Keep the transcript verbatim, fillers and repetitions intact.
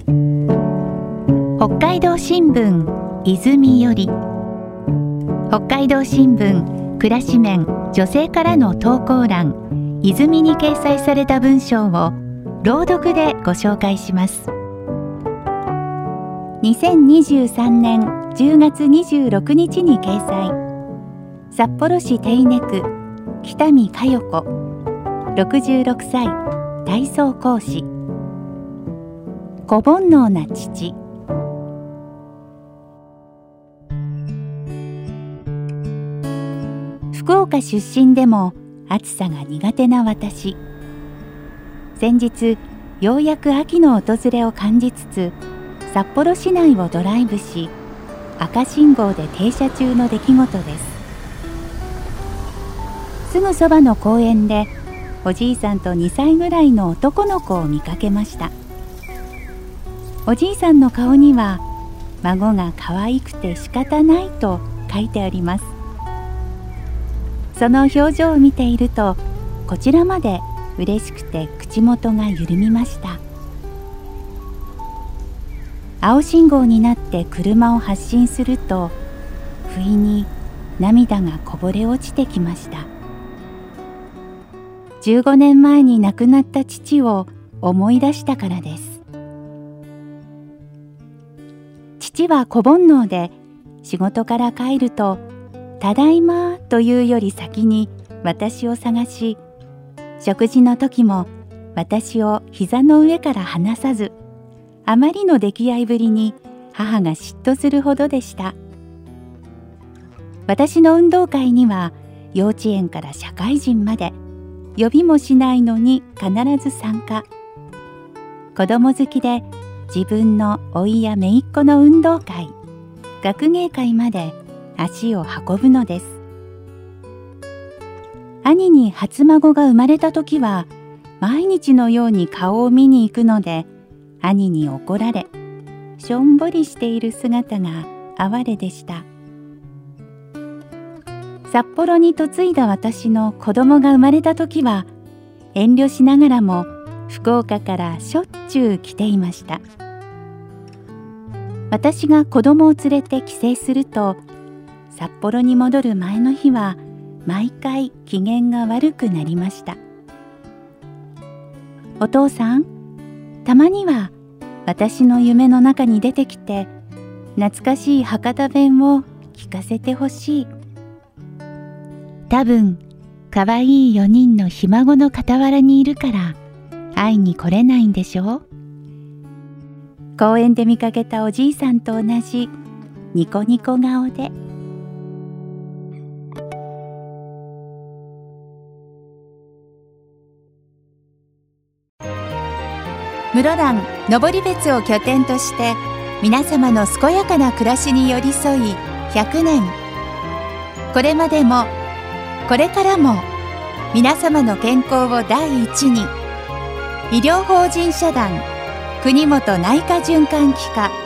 北海道新聞泉より、北海道新聞暮らし面女性からの投稿欄泉に掲載された文章を朗読でご紹介します。にせんにじゅうさんねんじゅうがつにじゅうろくにちに掲載。札幌市手稲区北見佳代子、ろくじゅうろくさい、体操講師。子煩悩な父。福岡出身でも暑さが苦手な私。先日ようやく秋の訪れを感じつつ札幌市内をドライブし、赤信号で停車中の出来事です。すぐそばの公園でおじいさんとにさいぐらいの男の子を見かけました。おじいさんの顔には孫が可愛くて仕方ないと書いてあります。その表情を見ているとこちらまで嬉しくて口元が緩みました。青信号になって車を発進すると不意に涙がこぼれ落ちてきました。じゅうごねんまえに亡くなった父を思い出したからです。父は子煩悩で仕事から帰るとただいまというより先に私を探し、食事の時も私を膝の上から離さず、あまりの溺愛ぶりに母が嫉妬するほどでした。私の運動会には幼稚園から社会人まで呼びもしないのに必ず参加。子供好きで自分の甥いや姪っ子の運動会、学芸会まで足を運ぶのです。兄に初孫が生まれた時は毎日のように顔を見に行くので、兄に怒られしょんぼりしている姿が哀れでした。札幌に嫁いだ私の子供が生まれた時は遠慮しながらも福岡からしょっちゅう来ていました。私が子供を連れて帰省すると札幌に戻る前の日は毎回機嫌が悪くなりました。お父さん、たまには私の夢の中に出てきて懐かしい博多弁を聞かせてほしい。多分かわいいよにんのひ孫の傍らにいるから会いに来れないんでしょう。公園で見かけたおじいさんと同じニコニコ顔で。室蘭登別を拠点として皆様の健やかな暮らしに寄り添いひゃくねん。これまでもこれからも皆様の健康を第一に。医療法人社団国本内科循環器科